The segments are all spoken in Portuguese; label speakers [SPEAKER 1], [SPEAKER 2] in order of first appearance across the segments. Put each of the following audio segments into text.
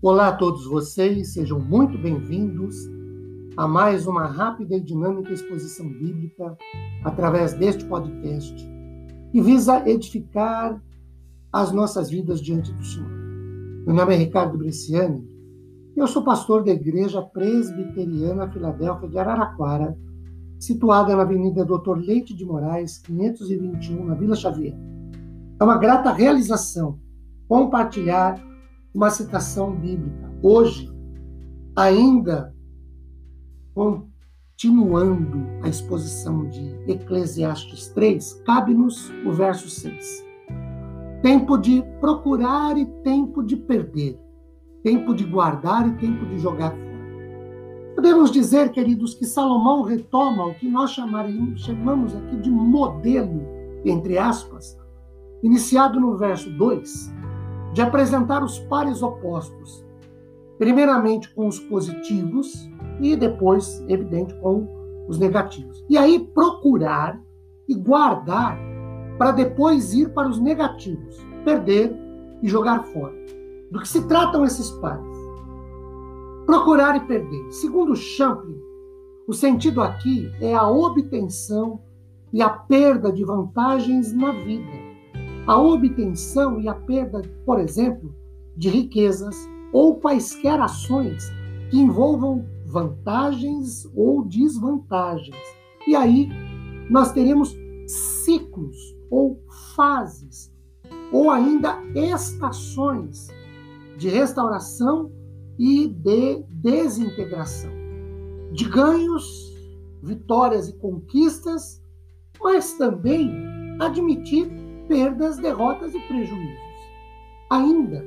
[SPEAKER 1] Olá a todos vocês, sejam muito bem-vindos a mais uma rápida e dinâmica exposição bíblica através deste podcast, que visa edificar as nossas vidas diante do Senhor. Meu nome é Ricardo Bresciani, eu sou pastor da Igreja Presbiteriana Filadélfia de Araraquara, situada na Avenida Dr. Leite de Moraes, 521, na Vila Xavier. É uma grata realização compartilhar uma citação bíblica. Hoje, ainda continuando a exposição de Eclesiastes 3, cabe-nos o verso 6. Tempo de procurar e tempo de perder. Tempo de guardar e tempo de jogar fora. Podemos dizer, queridos, que Salomão retoma o que nós chamamos aqui de modelo, entre aspas, iniciado no verso 2, de apresentar os pares opostos, primeiramente com os positivos e depois, evidente, com os negativos. E aí procurar e guardar para depois ir para os negativos, perder e jogar fora. Do que se tratam esses pares? Procurar e perder. Segundo Champlin, o sentido aqui é a obtenção e a perda de vantagens na vida. A obtenção e a perda, por exemplo, de riquezas ou quaisquer ações que envolvam vantagens ou desvantagens. E aí nós teremos ciclos ou fases, ou ainda estações de restauração e de desintegração, de ganhos, vitórias e conquistas, mas também admitir perdas, derrotas e prejuízos. Ainda,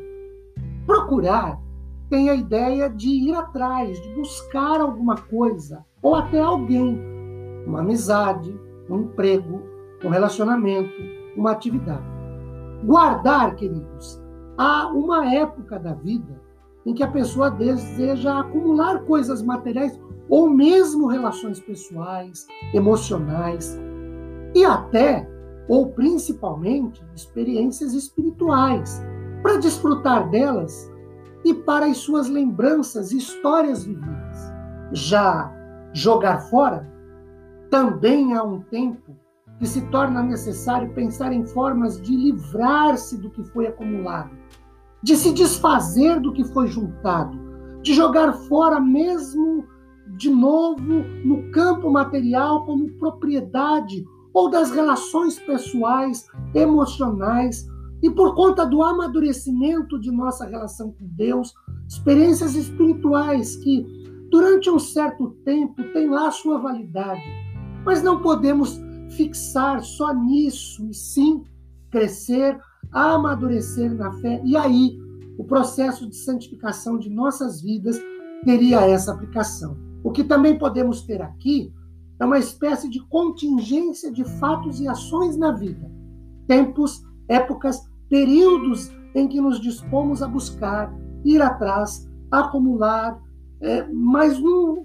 [SPEAKER 1] procurar tem a ideia de ir atrás, de buscar alguma coisa, ou até alguém, uma amizade, um emprego, um relacionamento, uma atividade. Guardar, queridos, há uma época da vida em que a pessoa deseja acumular coisas materiais ou mesmo relações pessoais, emocionais e até ou principalmente experiências espirituais, para desfrutar delas e para as suas lembranças e histórias vividas. Já jogar fora, também há um tempo que se torna necessário pensar em formas de livrar-se do que foi acumulado, de se desfazer do que foi juntado, de jogar fora mesmo de novo no campo material como propriedade ou das relações pessoais, emocionais, e por conta do amadurecimento de nossa relação com Deus, experiências espirituais que, durante um certo tempo, têm lá a sua validade. Mas não podemos fixar só nisso, e sim crescer, amadurecer na fé. E aí, o processo de santificação de nossas vidas teria essa aplicação. O que também podemos ter aqui é uma espécie de contingência de fatos e ações na vida. Tempos, épocas, períodos em que nos dispomos a buscar, ir atrás, acumular, mas num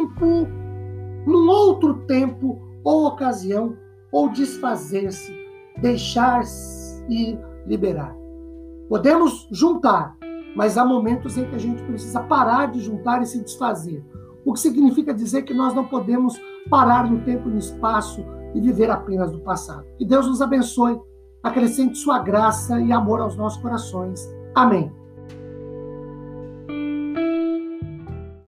[SPEAKER 1] outro tempo ou ocasião, ou desfazer-se, deixar-se e liberar. Podemos juntar, mas há momentos em que a gente precisa parar de juntar e se desfazer. O que significa dizer que nós não podemos parar no tempo e no espaço e viver apenas do passado. Que Deus nos abençoe, acrescente sua graça e amor aos nossos corações. Amém.